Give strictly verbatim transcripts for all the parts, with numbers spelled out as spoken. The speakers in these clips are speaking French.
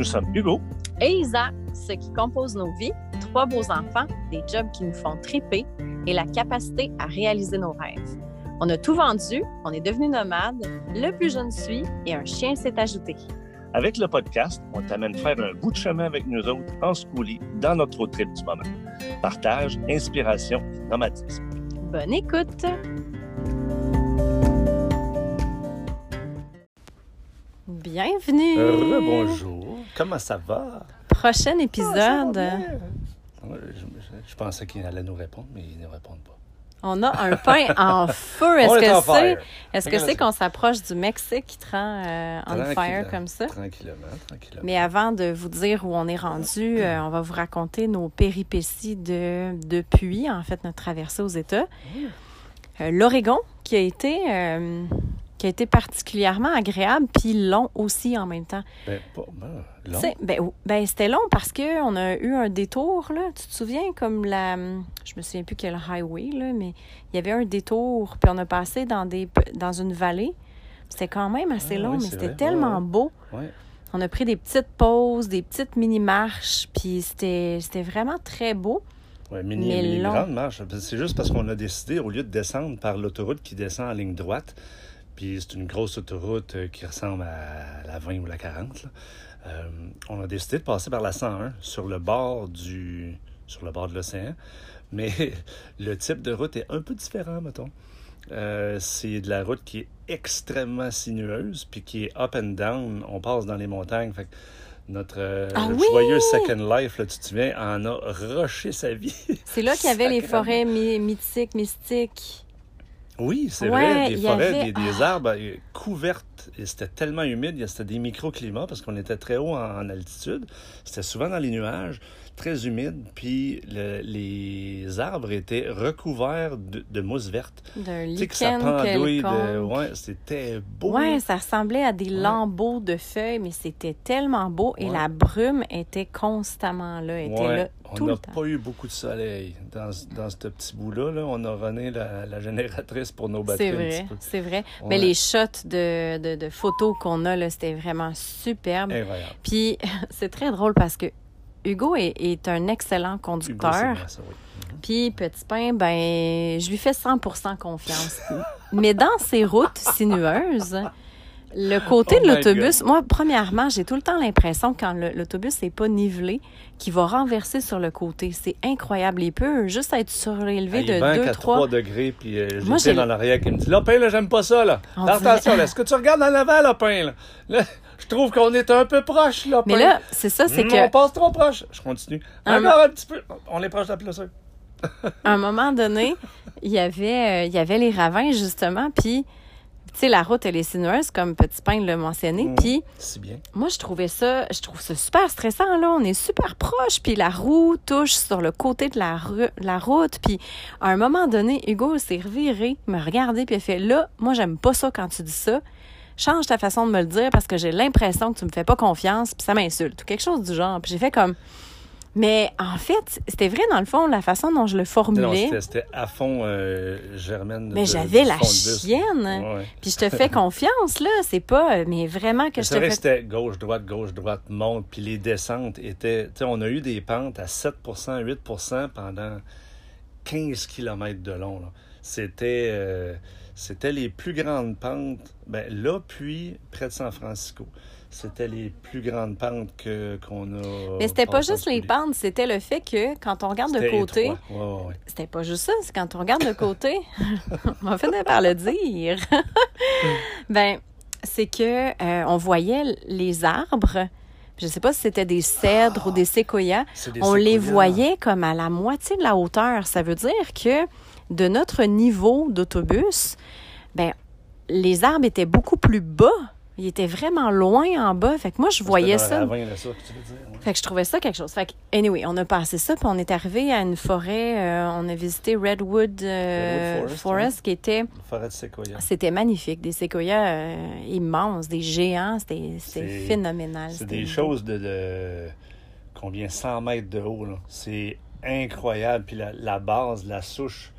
Nous sommes Hugo et Isa, ce qui compose nos vies, trois beaux enfants, des jobs qui nous font triper et la capacité à réaliser nos rêves. On a tout vendu, on est devenu nomade, le plus jeune suit et un chien s'est ajouté. Avec le podcast, on t'amène faire un bout de chemin avec nous autres en schoolie dans notre road trip du moment. Partage, inspiration, nomadisme. Bonne écoute! Bienvenue! Rebonjour, comment ça va? Prochain Ah, épisode. ça va bien. Ouais, je, je- je pensais qu'il allait nous répondre, mais il ne répond pas. On a un pain en feu. Est-ce On est en que c'est, fire. est-ce que Regarde c'est ça. qu'on s'approche du Mexique qui te rend euh, on fire Tranquillement, comme ça? Tranquillement, tranquillement. Mais avant de vous dire où on est rendu, euh, on va vous raconter nos péripéties de, depuis, en fait, notre traversée aux États. Euh, L'Oregon, qui a été, euh, qui a été particulièrement agréable, puis long aussi en même temps. Ben, pas, ben, long. Tu sais, ben, ou- ben, c'était long parce qu'on a eu un détour, là. Tu te souviens, comme la... Je me souviens plus quel highway, là, mais il y avait un détour, puis on a passé dans, des, dans une vallée. C'était quand même assez Ah long, oui, mais c'est c'était vrai. tellement Ouais, ouais. beau. Ouais. On a pris des petites pauses, des petites mini-marches, puis c'était, c'était vraiment très beau. Ouais, mini, Mais mini long. grande marche. C'est juste parce qu'on a décidé, au lieu de descendre par l'autoroute qui descend en ligne droite, puis c'est une grosse autoroute euh, qui ressemble à la vingt ou la quarante, là, euh, on a décidé de passer par la cent un sur le bord du sur le bord de l'océan. Mais le type de route est un peu différent, mettons. Euh, c'est de la route qui est extrêmement sinueuse, puis qui est up and down. On passe dans les montagnes. Fait que notre euh, Ah oui! joyeux Second Life, là, tu te souviens, en a rushé sa vie. C'est là qu'il y avait les Sacrément. forêts my- mythiques, mystiques. Oui, c'est Ouais, vrai, des il y forêts, avait- des, des ah. arbres euh, couvertes, et c'était tellement humide, il y a- c'était des microclimats parce qu'on était très haut en, en altitude. C'était souvent dans les nuages, très humide, puis le- les arbres étaient recouverts de, de mousse verte. D'un Tu sais que ça lichen pendouille de... quelconque. Ouais, c'était beau. Ouais, ça ressemblait à des Ouais. lambeaux de feuilles, mais c'était tellement beau et Ouais. la brume était constamment là, était Ouais, là tout on le n'a temps. pas eu beaucoup de soleil dans, ce- dans ce petit bout-là. Là. On a runné la, la génératrice pour nos batteries C'est un vrai, petit peu. c'est vrai. Ouais. Mais les shots de, de, de photos qu'on a, là, c'était vraiment superbe. Incroyable. Puis c'est très drôle parce que Hugo est, est un excellent Hugo, c'est conducteur. bien ça, oui. Puis Petit Pain, ben, je lui fais cent pour cent confiance. Mais dans ces routes sinueuses, le côté Oh de my l'autobus, moi, premièrement, j'ai tout le temps l'impression, quand le- l'autobus n'est pas nivelé, qu'il va renverser sur le côté. C'est incroyable. Il peut juste être surélevé Ah, il de banque deux à trois trois degrés, puis euh, j'ai Moi, Pin j'ai- dans l'oreille qui me dit « Lopin, là, j'aime pas ça, là. On Fais attention, dirait- là. Est-ce que tu regardes en avant, Lopin, là? Là, je trouve qu'on est un peu proche, Lopin. Mais là, c'est ça, c'est Hum, que... On passe trop proche. Je continue. Un Encore un petit peu. On est proche de la place. À un moment donné, il y avait, euh, il y avait les ravins, justement, puis, tu sais, la route, elle est sinueuse, comme Petit Pain l'a mentionné, Hum, puis Si bien. moi, je trouvais ça, je trouve ça super stressant, là, on est super proche, puis la roue touche sur le côté de la, ru- la route, puis à un moment donné, Hugo s'est reviré, me regardé, puis il a fait, là, moi, j'aime pas ça quand tu dis ça, change ta façon de me le dire, parce que j'ai l'impression que tu me fais pas confiance, puis ça m'insulte, ou quelque chose du genre, puis j'ai fait comme... Mais en fait, c'était vrai, dans le fond, la façon dont je le Non, formulais. c'était- c'était à fond euh, Germaine. de- Mais de- j'avais du la fond de bus. chienne. Ouais, ouais. Puis je te fais confiance, là. C'est pas... Mais vraiment que Mais je C'est te vrai que fais... c'était gauche-droite, gauche-droite, monte, puis les descentes étaient... Tu sais, on a eu des pentes à sept pour cent, huit pour cent pendant quinze kilomètres de long, là. C'était... euh, c'était les plus grandes pentes, ben là, puis près de San Francisco. C'était les plus grandes pentes que, qu'on a... Mais c'était pas passées en juste les scooter. pentes, c'était le fait que quand on regarde de C'était côté... étroit. Ouais, ouais, ouais. C'était pas juste ça, c'est quand on regarde de côté... on va finir par le dire. ben, c'est que euh, on voyait les arbres... Je sais pas si c'était des cèdres ou des séquoias. C'est des On les séquoias. voyait comme à la moitié de la hauteur. Ça veut dire que de notre niveau d'autobus, ben les arbres étaient beaucoup plus bas. Ils étaient vraiment loin en bas. Fait que moi, je voyais C'était dans ça. le ravin, là, ça que tu veux dire, ouais. Fait que je trouvais ça quelque chose. Fait que, anyway, on a passé ça, puis on est arrivé à une forêt. euh, on a visité Redwood, euh, Redwood Forest, Forest, qui était... La forêt de séquoia. C'était magnifique. Des séquoias euh, immenses, des géants. C'était c'était C'est- phénoménal. C'est C'était des beau. choses de, de combien cent mètres de haut, là. C'est incroyable. Puis la, la base, la souche,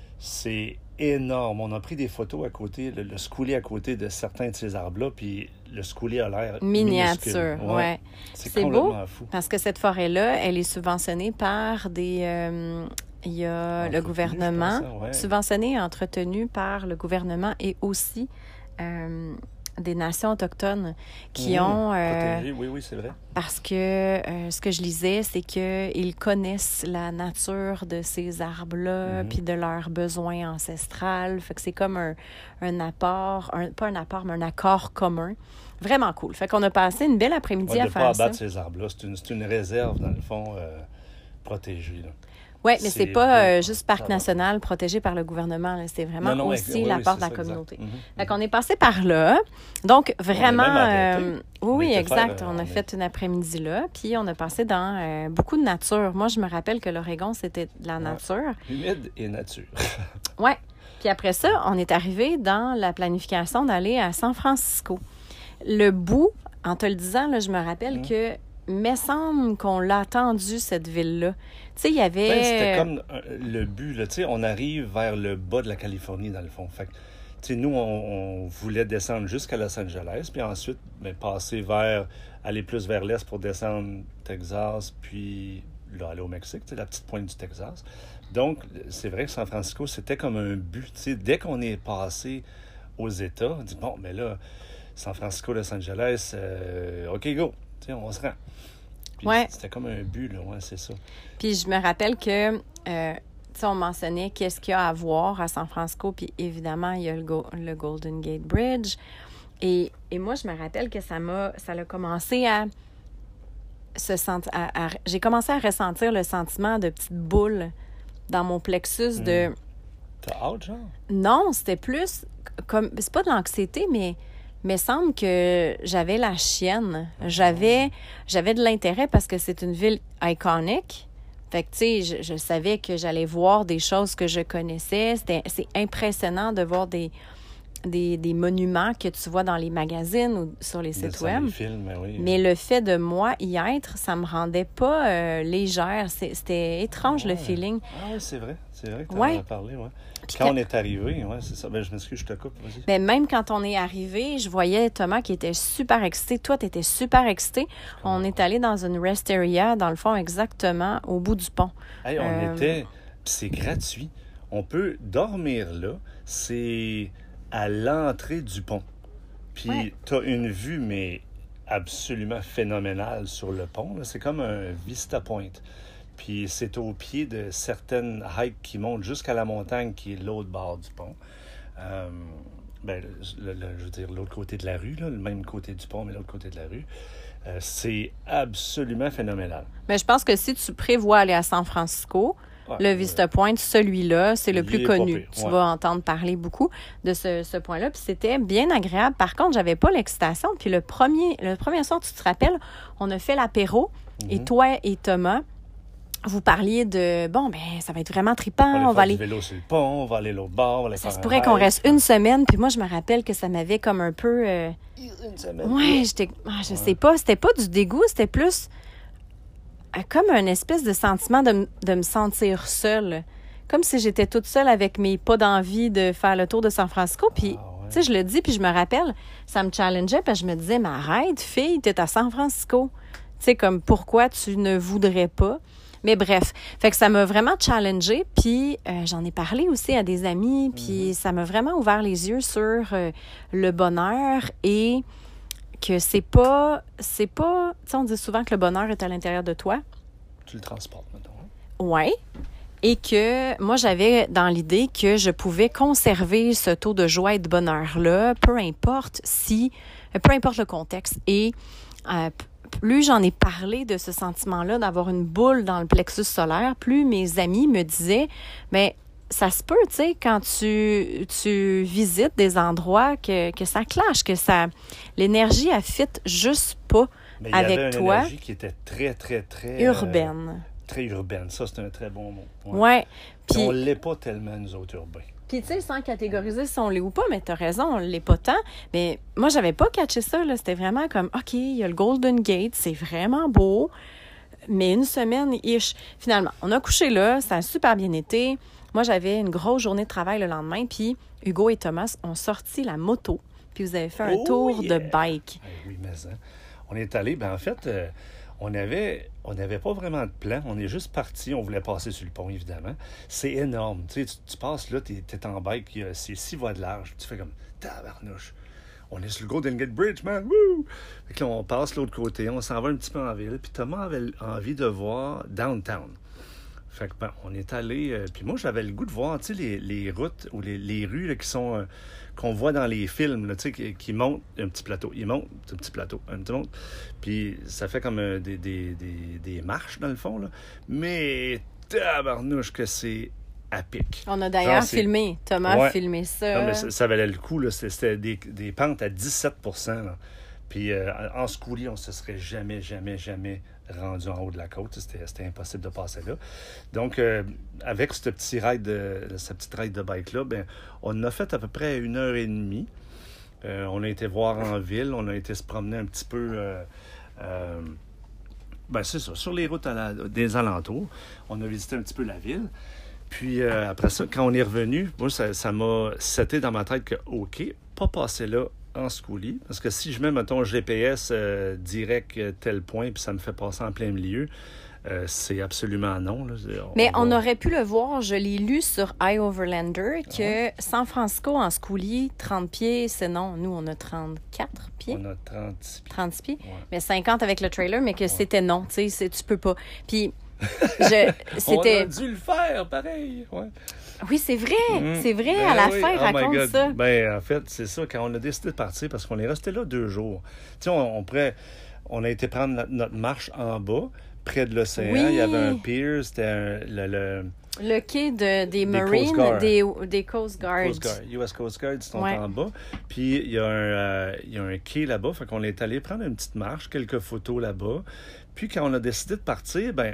c'est énorme. On a pris des photos à côté, le, le scoulis à côté de certains de ces arbres-là, puis le Schoolie a l'air miniature. minuscule. Ouais. Ouais. C'est, C'est complètement beau fou. parce que cette forêt-là, elle est subventionnée par des... euh, il y a Entretenu, le gouvernement, je pense, hein, ouais. subventionné et entretenu par le gouvernement et aussi euh, des nations autochtones qui Mmh, ont... euh, protégé, oui, oui, c'est vrai. Parce que euh, ce que je lisais, c'est qu'ils connaissent la nature de ces arbres-là, Mhm. puis de leurs besoins ancestrales. Fait que c'est comme un, un apport, un, pas un apport, mais un accord commun. Vraiment cool. Fait qu'on a passé une belle après-midi On à ne pas faire ça. abattre ces arbres-là. C'est une, c'est une réserve, dans le fond, euh, protégée. Là. Oui, mais C'est c'est pas beau, euh, juste ça parc va. national protégé par le gouvernement. là. C'est vraiment Non, non, aussi oui, oui, l'apport c'est de la ça, exact. communauté. Mhm, Fait mhm. qu'on est passé par là. Donc, vraiment... même arrêté. euh, On oui, oui, était exact. faire, euh, on a on fait une après-midi là. Puis, on a passé dans euh, beaucoup de nature. Moi, je me rappelle que l'Oregon, c'était de la Ouais. nature. Humide et nature. Ouais. Puis après ça, on est arrivé dans la planification d'aller à San Francisco. Le bout, en te le disant, là, je me rappelle Mm. que, me semble qu'on l'a attendu, cette ville-là. Tu sais, il y avait... Ben, c'était comme euh, le but. Là, tu sais, on arrive vers le bas de la Californie, dans le fond. Fait que, tu sais, nous, on, on voulait descendre jusqu'à Los Angeles, puis ensuite ben, passer vers, aller plus vers l'est pour descendre Texas, puis là, aller au Mexique, tu sais, la petite pointe du Texas. Donc, c'est vrai que San Francisco, c'était comme un but. Tu sais, dès qu'on est passé aux États, on dit, bon, mais là, San Francisco, Los Angeles, euh, OK, go. Tu sais, on se rend. Puis Ouais. C'était comme un but, là, ouais, c'est ça. Puis je me rappelle que, euh, tu sais, on mentionnait qu'est-ce qu'il y a à voir à San Francisco, puis évidemment, il y a le, Go- le Golden Gate Bridge. Et, et moi, je me rappelle que ça m'a, ça a commencé à se sentir, à- à- j'ai commencé à ressentir le sentiment de petite boule dans mon plexus de... Mm. T'as hâte, genre? Non, c'était plus comme, c'est pas de l'anxiété, mais mais semble que j'avais la chienne. J'avais, j'avais de l'intérêt parce que c'est une ville iconique. Fait que, tu sais, je, je savais que j'allais voir des choses que je connaissais. C'était, c'est impressionnant de voir des, des, des monuments que tu vois dans les magazines ou sur les sites Descends web. les films, ben oui. Mais le fait de moi y être, ça me rendait pas euh, légère. C'est- C'était étrange, le Ouais. feeling. Ah oui, c'est vrai. C'est vrai que t'en Ouais. as parlé, ouais. Puis Quand quand- on est arrivé, ouais, c'est ça. Ben, je m'excuse, je te coupe, vas-y. Mais même quand on est arrivé, je voyais Thomas qui était super excité. Toi, tu étais super excité. On est allé dans une rest area, dans le fond, exactement au bout du pont. Hey, on Euh, était... Puis c'est gratuit. On peut dormir là. C'est à l'entrée du pont. Puis Ouais. t'as une vue, mais absolument phénoménale sur le pont. là. C'est comme un vista point. Puis c'est au pied de certaines hikes qui montent jusqu'à la montagne qui est l'autre bord du pont. Euh, ben, le- le- je veux dire, l'autre côté de la rue, là, le même côté du pont, mais l'autre côté de la rue. Euh, c'est absolument phénoménal. Mais je pense que si tu prévois aller à San Francisco, Ouais, le Vista Point, celui-là, c'est le Il plus est pas connu. pire, Tu ouais. vas entendre parler beaucoup de ce, ce point-là. Puis c'était bien agréable. Par contre, j'avais pas l'excitation. Puis le premier, le premier soir, tu te rappelles, on a fait l'apéro. Et Mhm. toi et Thomas, vous parliez de, bon, ben ça va être vraiment trippant. On va aller On va faire aller... du vélo sur le pont, on va aller l'autre bord, on va aller Ça faire se un pourrait qu'on hike. reste une semaine. Puis moi, je me rappelle que ça m'avait comme un peu... euh, Une semaine. Ouais, j'étais... ah, je sais pas. C'était pas du dégoût, c'était plus euh, comme un espèce de sentiment de, m- de me sentir seule. Comme si j'étais toute seule avec mes pas d'envie de faire le tour de San Francisco. Puis, Ah ouais. tu sais, je le dis, puis je me rappelle, ça me challengeait, parce que je me disais, mais arrête, fille, t'es à San Francisco. Tu sais, comme, pourquoi tu ne voudrais pas? Mais bref, fait que ça m'a vraiment challengée, puis euh, j'en ai parlé aussi à des amis, puis ça m'a vraiment ouvert les yeux sur euh, le bonheur et que c'est pas, c'est pas, tu sais, on dit souvent que le bonheur est à l'intérieur de toi. Tu le transportes, maintenant. hein? Ouais. Et que moi, j'avais dans l'idée que je pouvais conserver ce taux de joie et de bonheur-là, peu importe si, peu importe le contexte. Et euh, plus j'en ai parlé de ce sentiment-là, d'avoir une boule dans le plexus solaire, plus mes amis me disaient, mais ça se peut, tu sais, quand tu, tu visites des endroits que, que ça clash, que ça, l'énergie, elle fit juste pas Mais il y avec avait une toi, énergie qui était très, très, très... urbaine. euh, très urbaine. Ça, c'est un très bon mot. Ouais. Ouais. Puis Puis, on l'est pas tellement, nous autres urbains. Puis, tu sais, sans catégoriser si on l'est ou pas, mais t'as raison, on l'est pas tant. Mais moi, j'avais pas catché ça, là. C'était vraiment comme, OK, il y a le Golden Gate, c'est vraiment beau. Mais une semaine, ish. Finalement, on a couché là, ça a super bien été. Moi, j'avais une grosse journée de travail le lendemain, puis Hugo et Thomas ont sorti la moto puis vous avez fait un Oh, tour yeah! de bike. Eh oui, mais ça. On est allé, ben en fait, euh, on avait, on n'avait pas vraiment de plan. On est juste parti. On voulait passer sur le pont, évidemment. C'est énorme. Tu sais, tu, tu passes là, tu es en bike, il y a- c'est six voies de large. Tu fais comme tabarnouche. On est sur le Golden Gate Bridge, man. Woo! Fait que là, on passe l'autre côté, on s'en va un petit peu en ville. Puis Thomas avait envie de voir downtown. Fait que, ben, on est allé. Euh, puis moi, j'avais le goût de voir, tu sais, les, les routes ou les, les rues là, qui sont. euh, qu'on voit dans les films, là, tu sais, qui, qui montent un petit plateau. Ils montent un petit plateau, un petit monte. Puis ça fait comme euh, des, des, des, des marches, dans le fond, là. Mais tabarnouche que c'est à pic. On a d'ailleurs Genre, c'est- filmé. Thomas Ouais. a filmé ça. Non, mais ça, ça valait le coup, là. C'était, c'était des, des pentes à dix-sept pour cent, là. Puis euh, en scooter, on se serait jamais, jamais, jamais rendu en haut de la côte. C'était, c'était impossible de passer là. Donc, euh, avec ce petit ride de, cette petite ride de bike-là, ben, on a fait à peu près une heure et demie. Euh, on a été voir en ville, on a été se promener un petit peu... Euh, euh, ben c'est ça, sur les routes à la- des alentours. On a visité un petit peu la ville. Puis euh, après ça, quand on est revenu, moi, ça, ça m'a seté dans ma tête que, OK, pas passer là en scooter. Parce que si je mets, mettons, G P S euh, direct euh, tel point, puis ça me fait passer en plein milieu, euh, c'est absolument non. Là. Mais on va- aurait pu le voir, je l'ai lu sur iOverlander, que San Francisco en scooter, trente pieds, c'est non. Nous, on a trente-quatre pieds. On a trente trente pieds. Ouais. Mais cinquante avec le trailer, mais que c'était non. Tu sais, c'est- tu peux pas. Puis, je, c'était. On a dû le faire, pareil. Ouais. Oui, c'est vrai. Mm. C'est vrai. Ben à la oui. fin, il Oh my raconte God. ça. Ben, en fait, c'est ça. Quand on a décidé de partir, parce qu'on est resté là deux jours. Tu sais, on, on pourrait... On a été prendre notre, notre marche en bas, près de l'océan. Oui. Il y avait un pier, c'était un, le, le Le quai de, des Coast Marines, Guard. des, des Coast Guards. Coast Guard, U S Coast Guard, ils sont Ouais. en bas. Puis il y a un, euh, il y a un quai là-bas, fait qu'on est allé prendre une petite marche, quelques photos là-bas. Puis quand on a décidé de partir, ben...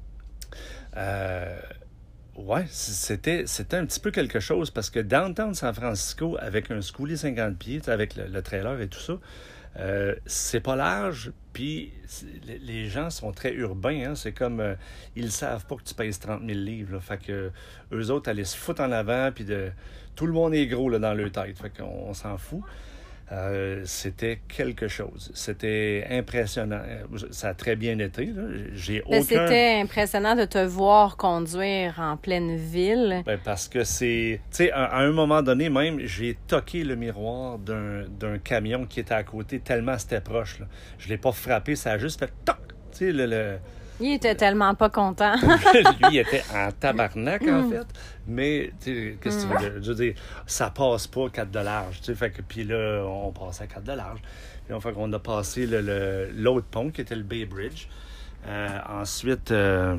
Euh, ouais, c'était, c'était un petit peu quelque chose parce que downtown San Francisco, avec un scooter cinquante pieds, tu sais, avec le, le trailer et tout ça, euh, c'est pas large, puis c'est- les- les gens sont très urbains, hein, c'est comme, euh, ils savent pas que tu pèses trente mille livres, là, fait que eux autres, allaient se foutre en avant, puis de, tout le monde est gros là, dans leur tête, fait qu'on on s'en fout. Euh, c'était quelque chose. C'était impressionnant. Ça a très bien été. Là. J'ai Mais aucun... C'était impressionnant de te voir conduire en pleine ville. Ben, parce que c'est... Tu sais, à, à un moment donné, même, j'ai toqué le miroir d'un, d'un camion qui était à côté tellement c'était proche. Là. Je l'ai pas frappé, ça a juste fait toc! Tu sais, le... le... Il était tellement pas content. Lui, il était en tabarnak, en fait. Mais, tu sais, qu'est-ce que tu veux dire? Je veux dire, ça passe pas quatre de large. Tu sais, fait que, puis là, on passait à quatre de large. Puis on fait qu'on a passé le, le- l'autre pont, qui était le Bay Bridge. Euh, ensuite, euh,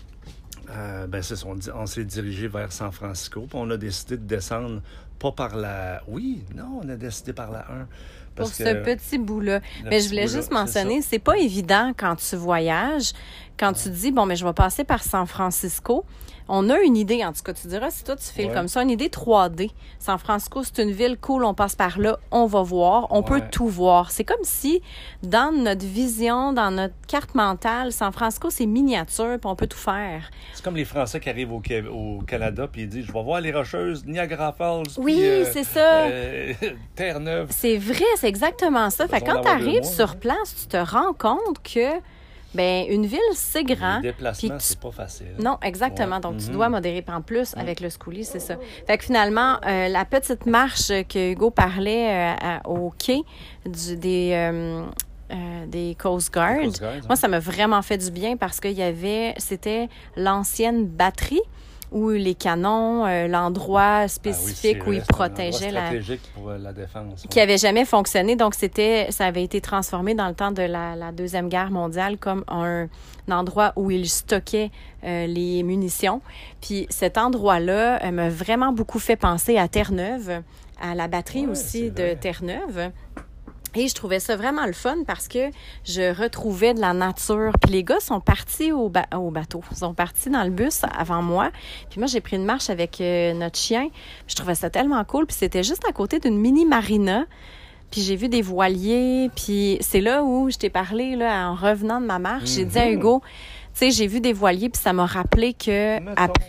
euh, ben, c'est ça, on, di- on s'est dirigé vers San Francisco. Puis on a décidé de descendre, pas par la... Oui, non, on a décidé par la un. Pour Parce ce que petit bout-là. le Mais petit je voulais bout-là, juste c'est mentionner, ça. c'est pas évident quand tu voyages, quand tu dis, bon, mais je vais passer par San Francisco. On a une idée, en tout cas, tu diras, si toi tu files Ouais. comme ça, une idée trois D. San Francisco, c'est une ville cool, on passe par là, on va voir, on peut Ouais. tout voir. C'est comme si, dans notre vision, dans notre carte mentale, San Francisco, c'est miniature, puis on peut tout faire. C'est comme les Français qui arrivent au, Ca- au Canada puis ils disent je vais voir les Rocheuses, Niagara Falls. Oui, puis, euh, c'est ça. euh, Terre-Neuve. C'est vrai, c'est exactement ça. Fait que Besoin quand tu d'avoir deux arrives mois, sur hein. place, tu te rends compte que ben une ville, c'est grand. Le déplacement, puis tu- c'est pas facile. Non, exactement. Ouais. Donc, tu Mhm. dois modérer. Puis en plus, avec le schoolie, c'est ça. Fait que finalement, euh, la petite marche que Hugo parlait euh, à- au quai du, des, euh, euh, des Coast Guard, Les Coast Guard, hein. moi, ça m'a vraiment fait du bien parce qu'il y avait, c'était l'ancienne batterie où les canons, euh, l'endroit Ah oui, spécifique c'est où vrai, ils c'est un endroit protégeaient la... stratégique pour euh, la défense. qui avait jamais fonctionné. Donc, c'était, ça avait été transformé dans le temps de la, la Deuxième Guerre mondiale comme un, un endroit où ils stockaient euh, les munitions. Puis cet endroit-là euh, m'a vraiment beaucoup fait penser à Terre-Neuve, à la batterie Ouais, aussi c'est de vrai. Terre-Neuve. Et je trouvais ça vraiment le fun parce que je retrouvais de la nature. Puis les gars sont partis au, ba- au bateau. Ils sont partis dans le bus avant moi. Puis moi, j'ai pris une marche avec euh, notre chien. Je trouvais ça tellement cool. Puis c'était juste à côté d'une mini marina. Puis j'ai vu des voiliers. Puis c'est là où je t'ai parlé, là, en revenant de ma marche. J'ai dit à Mhm. Hugo, tu sais, j'ai vu des voiliers. Puis ça m'a rappelé que Mettons, après... là, ouais.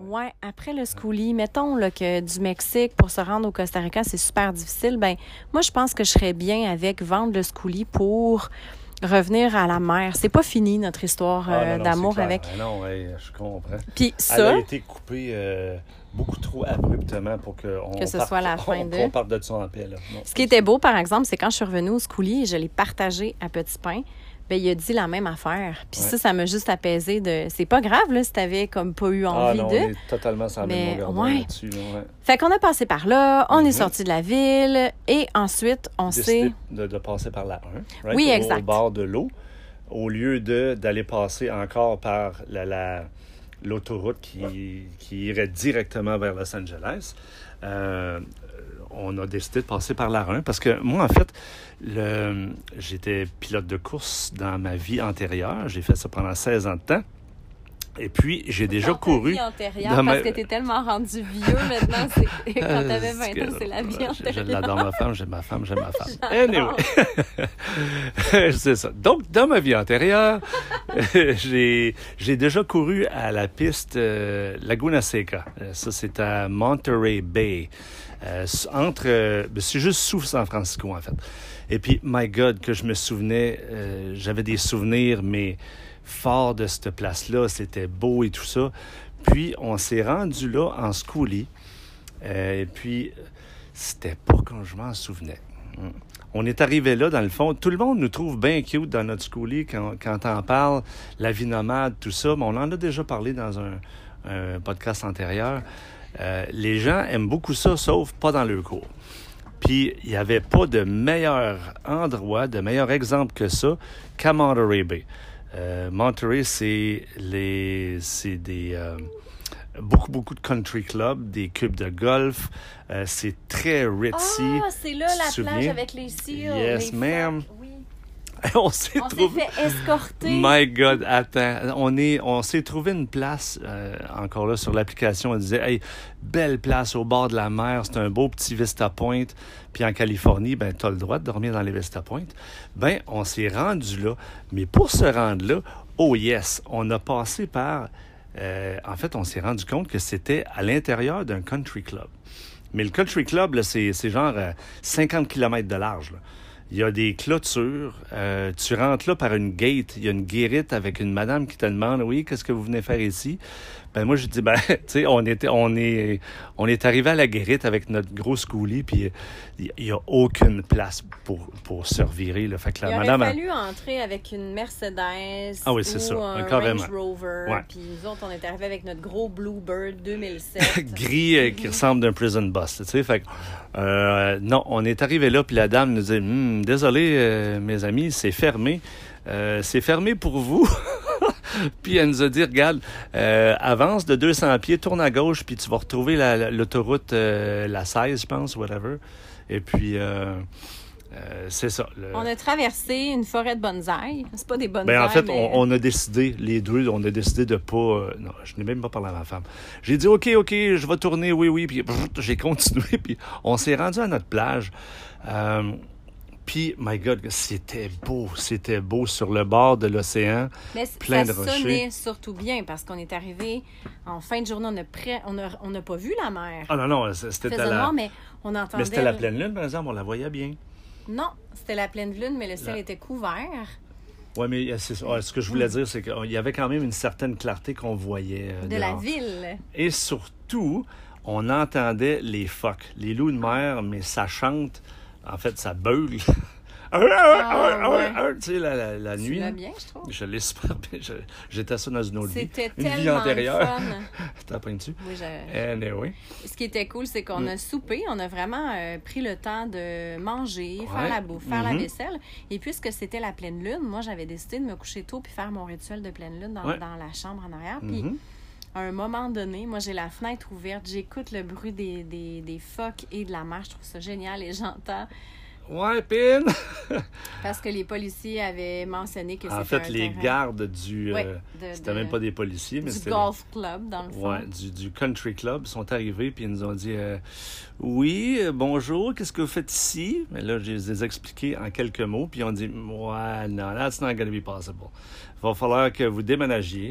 Ouais, après le schoolie, mettons là, que du Mexique pour se rendre au Costa Rica, c'est super difficile. Ben, moi, je pense que je serais bien avec vendre le schoolie pour revenir à la mer. C'est pas fini, notre histoire Ah, euh, non, non, d'amour c'est clair. avec... Ah non, ouais, je comprends. Puis Elle ça, a été coupée euh, beaucoup trop abruptement pour que, on Que ce parte, soit la fin on, de- qu'on parte de ça en paix. Là. Non, ce qui était beau, par exemple, c'est quand je suis revenue au schoolie et je l'ai partagé à Petit Pain, ben il a dit la même affaire. Puis Ouais. ça, ça m'a juste apaisé de... C'est pas grave, là, si t'avais comme pas eu Ah envie non, de... on est totalement sans la Mais, même longueur d'onde ouais. là-dessus. Là, ouais. Fait qu'on a passé par là, on Mhm. est sorti de la ville et ensuite, on Décidé s'est... de, de passer par la un, right? Oui, au, exact. au bord de l'eau, au lieu de, d'aller passer encore par la, la, l'autoroute qui, qui irait directement vers Los Angeles. Euh, on a décidé de passer par la un parce que moi, en fait, le, j'étais pilote de course dans ma vie antérieure. J'ai fait ça pendant seize ans de temps. Et puis, j'ai déjà Dans ta couru... vie antérieure, dans parce ma- que t'es tellement rendu vieux maintenant, c'est... quand t'avais Euh, vingt c'est ans, que- c'est la vie je- antérieure. Je l'adore, ma femme, j'aime ma femme, j'aime ma femme. J'adore. Anyway. C'est ça. Donc, dans ma vie antérieure, j'ai, j'ai déjà couru à la piste euh, Laguna Seca. Euh, Ça, c'est à Monterey Bay. Euh, entre... euh, c'est juste sous San Francisco, en fait. Et puis, my God, que je me souvenais, euh, j'avais des souvenirs, mais forts de cette place-là. C'était beau et tout ça. Puis, on s'est rendu là en schoolie. Euh, et puis, c'était pas comme je m'en souvenais. Mm. On est arrivé là, dans le fond. Tout le monde nous trouve bien cute dans notre schoolie quand, quand on parle, la vie nomade, tout ça. Mais on en a déjà parlé dans un, un podcast antérieur. Euh, les gens aiment beaucoup ça, sauf pas dans leur cours. Puis, il n'y avait pas de meilleur endroit, de meilleur exemple que ça qu'à Monterey Bay. Euh, Monterey, c'est, les, c'est des... Euh, beaucoup, beaucoup de country clubs, des clubs de golf. Euh, c'est très ritzy. Ah, c'est là Tu la te plage souviens? avec les cils. Yes, les ma'am. phoques. Oui. on s'est On s'est trouvé... fait escorter. My God, attends. On, est, on s'est trouvé une place, euh, encore là, sur l'application. On disait, hey, belle place au bord de la mer. C'est un beau petit Vista Point. Puis en Californie, ben, tu as le droit de dormir dans les Vista Point. Ben, on s'est rendu là. Mais pour se rendre là, oh yes, on a passé par... Euh, en fait, on s'est rendu compte que c'était à l'intérieur d'un country club. Mais le country club, là, c'est, c'est genre euh, cinquante kilomètres de large, là. Il y a des clôtures. Euh, tu rentres là par une gate. Il y a une guérite avec une madame qui te demande « Oui, qu'est-ce que vous venez faire ici? » Ben moi, je dis, ben, tu sais, on était, on est, on est arrivé à la guérite avec notre gros schoolie, puis il n'y a aucune place pour, pour se revirer, là. Fait que la Il aurait madame... fallu entrer avec une Mercedes Ah oui, c'est ou ça, un carrément. Range Rover. Ouais. Puis nous autres, on est arrivés avec notre gros Bluebird deux mille sept. gris euh, qui ressemble d'un prison bus, tu sais. Fait que, euh, non, on est arrivé là, puis la dame nous dit hm, désolé, euh, mes amis, c'est fermé. Euh, c'est fermé pour vous. Puis elle nous a dit, regarde, euh, avance de deux cents pieds, tourne à gauche, puis tu vas retrouver la, la, l'autoroute, euh, la seize, je pense, whatever. Et puis, euh, euh, c'est ça. Le... On a traversé une forêt de bonsaï. C'est pas des bonsaï, Ben, en fait, mais... on, on a décidé, les deux, on a décidé de pas... Euh, non, je n'ai même pas parlé à ma femme. J'ai dit, OK, OK, je vais tourner, oui, oui, puis brrr, j'ai continué, puis on s'est rendu à notre plage. Euh, Puis, my God, c'était beau, c'était beau sur le bord de l'océan, Mais plein ça de rochers. sonnait surtout bien parce qu'on est arrivé en fin de journée, on a prêt, on a, on n'a pas vu la mer. Ah non, non, c'était Il faisait à la... noir, mais on entendait... Mais c'était la pleine lune, par exemple, on la voyait bien. Non, c'était la pleine lune, mais le ciel La- était couvert. Oui, mais c'est, ah, ce que je voulais dire, c'est qu'il y avait quand même une certaine clarté qu'on voyait. Euh, De la dehors. ville. Et surtout, on entendait les phoques, les loups de mer, mais ça chante, en fait, ça beule. Ah, ouais. Tu sais, la, la, la Tu nuit. l'as bien, je trouve. Je l'ai super bien. Je- j'étais ça dans une autre vie. C'était Une vie tellement antérieure. le fun. T'as pas dessus? Oui, je- Anyway. Ce qui était cool, c'est qu'on Mm. a soupé, on a vraiment euh, pris le temps de manger, Ouais. faire la bouffe, faire la Mhm. vaisselle. Et puisque c'était la pleine lune, moi, j'avais décidé de me coucher tôt puis faire mon rituel de pleine lune dans, Ouais. dans la chambre en arrière. Puis Mhm. à un moment donné, moi, j'ai la fenêtre ouverte, j'écoute le bruit des, des, des phoques et de la mer. Je trouve ça génial et j'entends Ouais, Pin! parce que les policiers avaient mentionné que c'était En fait, un les terrain gardes du... Ouais, euh, de- c'était de- même pas des policiers, mais du c'était... golf club, dans le fond. Ouais, du, du country club sont arrivés puis ils nous ont dit euh, oui, euh, bonjour, qu'est-ce que vous faites ici? Mais là, je les ai expliqués en quelques mots puis ils ont dit ouais, non, that's not going to be possible. Il va falloir que vous déménagiez.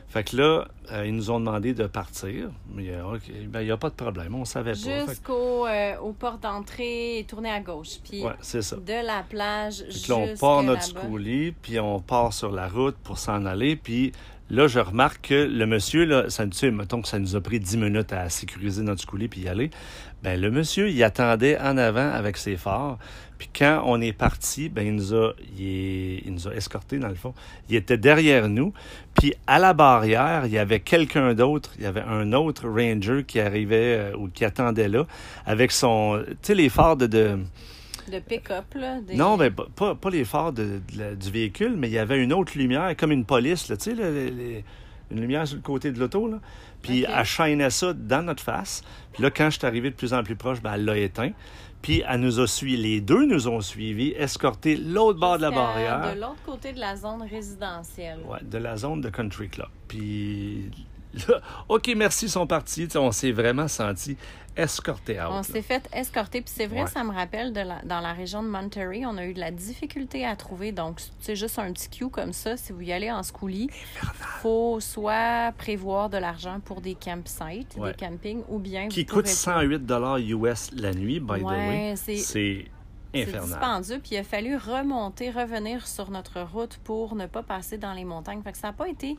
Fait que là, euh, ils nous ont demandé de partir. Mais il okay, ben, n'y a pas de problème, on savait pas. Jusqu'aux euh, aux portes d'entrée et tourner à gauche. Puis ouais, c'est ça. De la plage jusqu'à là, on part notre là-bas. schoolie, puis on part sur la route pour s'en aller. Puis là, je remarque que le monsieur, là, ça, tu sais, mettons que ça nous a pris dix minutes à sécuriser notre schoolie puis y aller. Ben le monsieur, il attendait en avant avec ses phares. Puis quand on est parti, ben il nous a, il, est, il nous a escortés, dans le fond. Il était derrière nous. Puis à la barrière, il y avait quelqu'un d'autre. Il y avait un autre ranger qui arrivait euh, ou qui attendait là avec son... Tu sais, les phares de... de De pick-up, là? Des... Non, ben, pas, pas les phares de, de la, du véhicule, mais il y avait une autre lumière, comme une police, là, tu sais, là, les, les, une lumière sur le côté de l'auto, là. Puis okay. Elle shinait ça dans notre face. Puis là, quand je suis arrivé de plus en plus proche, ben, elle l'a éteint. Puis elle nous a suivis, les deux nous ont suivis, escortés l'autre bord de la barrière. De l'autre côté de la zone résidentielle. Oui, de la zone de Country Club. Puis là, OK, merci, ils sont partis. T'sais, on s'est vraiment senti escorté out. On là. s'est fait escorter. Puis c'est vrai, ouais. ça me rappelle, de la, dans la région de Monterey, on a eu de la difficulté à trouver. Donc, c'est juste un petit queue comme ça. Si vous y allez en schoolie, il faut soit prévoir de l'argent pour des campsites, ouais. des campings, ou bien... Qui coûte cent huit dollars U S la nuit, by ouais, the way. C'est... c'est... infernal. C'est dispendieux, puis il a fallu remonter, revenir sur notre route pour ne pas passer dans les montagnes. Fait que ça n'a pas été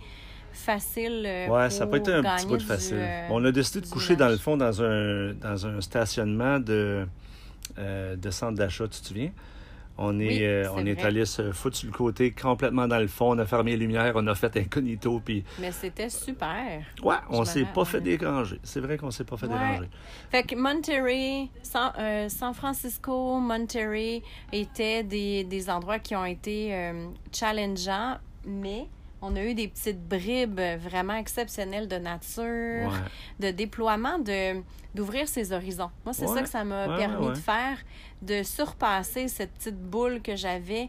facile euh, ouais, pour ça n'a pas été un petit bout de du, facile. Euh, on a décidé de coucher village. dans le fond dans un, dans un stationnement de, euh, de centre d'achat, tu te souviens? On est, oui, euh, c'est on est vrai. allé se foutre sur le côté, complètement dans le fond. On a fermé les lumières, on a fait incognito. Puis... Mais c'était super. Ouais, on Je s'est pas ouais. fait déranger. C'est vrai qu'on s'est pas fait ouais. déranger. Fait que Monterey, San, euh, San Francisco, Monterey étaient des, des endroits qui ont été euh, challengeants, mais on a eu des petites bribes vraiment exceptionnelles de nature, ouais. de déploiement, de, d'ouvrir ses horizons. Moi, c'est ouais. ça que ça m'a ouais, permis ouais, ouais. de faire, de surpasser cette petite boule que j'avais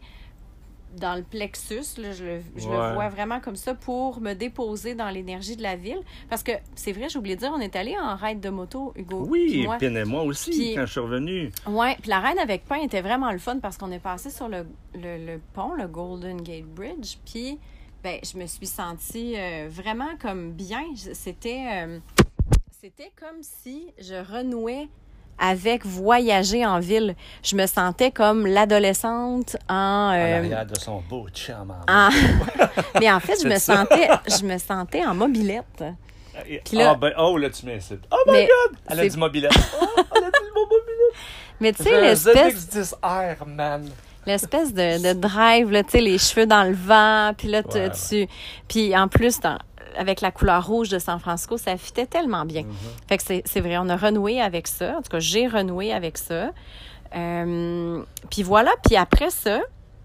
dans le plexus. Là, je le, je ouais. le vois vraiment comme ça pour me déposer dans l'énergie de la ville. Parce que, c'est vrai, j'ai oublié de dire, on est allé en raid de moto, Hugo. Oui, moi. et Pin et moi aussi, puis, quand je suis revenu. Oui, puis la raid avec pain était vraiment le fun parce qu'on est passé sur le, le, le pont, le Golden Gate Bridge, puis ben, je me suis sentie euh, vraiment comme bien. C'était, euh, c'était comme si je renouais avec voyager en ville. Je me sentais comme l'adolescente en... Euh, à l'arrière de son beau chum. En... Mais en fait, je me, sentais, je me sentais en mobilette. Puis là, ah ben, oh, là, tu m'incites. Oh my mais God! Elle c'est... a dit mobilette. Oh, elle a dit le mot mobilette. Mais tu sais, l'espèce... Z X dix R, man. L'espèce de, de drive, là, tu sais, les cheveux dans le vent, puis là, tu... Ouais, tu... ouais. Puis en plus, dans... avec la couleur rouge de San Francisco, ça fitait tellement bien. Mm-hmm. Fait que c'est, c'est vrai, on a renoué avec ça. En tout cas, j'ai renoué avec ça. Euh, puis voilà, puis après ça,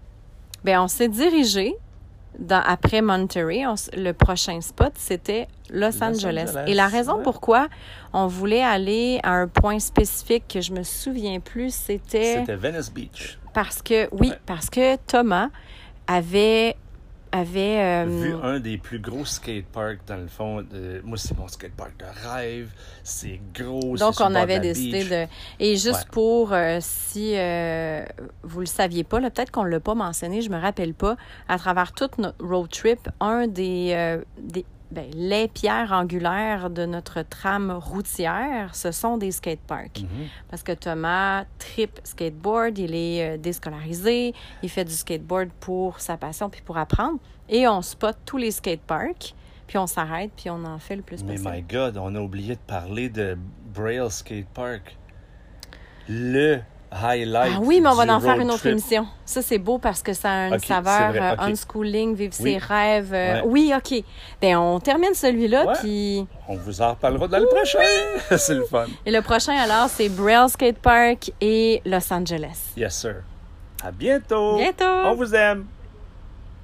ben on s'est dirigé dans, après Monterey. On, le prochain spot, c'était Los, Los Angeles. Angeles. Et la raison ouais. pourquoi on voulait aller à un point spécifique que je me souviens plus, c'était... C'était Venice Beach. Parce que, oui, ouais. parce que Thomas avait... avait euh... vu un des plus gros skateparks dans le fond. De... Moi, c'est mon skatepark de rêve. C'est gros. Donc, c'est on avait de décidé beach. de... Et juste ouais. pour, euh, si euh, vous le saviez pas, là, peut-être qu'on ne l'a pas mentionné, je me rappelle pas, à travers toute notre road trip, un des... Euh, des ben, les pierres angulaires de notre trame routière, ce sont des skateparks. Mm-hmm. Parce que Thomas tripe skateboard, il est euh, déscolarisé, il fait du skateboard pour sa passion puis pour apprendre. Et on spot tous les skateparks, puis on s'arrête, puis on en fait le plus Mais possible. Mais my God, on a oublié de parler de Braille Skatepark. Le highlight. Ah oui, mais on va en faire une autre trip. émission. Ça, c'est beau parce que ça a une okay, saveur vrai, okay. euh, unschooling, vivre oui. ses rêves. Euh, ouais. Oui, OK. Bien, on termine celui-là, ouais. puis... On vous en reparlera dans le prochain. C'est le fun. Et le prochain, alors, c'est Braille Skatepark et Los Angeles. Yes, sir. À bientôt. Bientôt. On vous aime.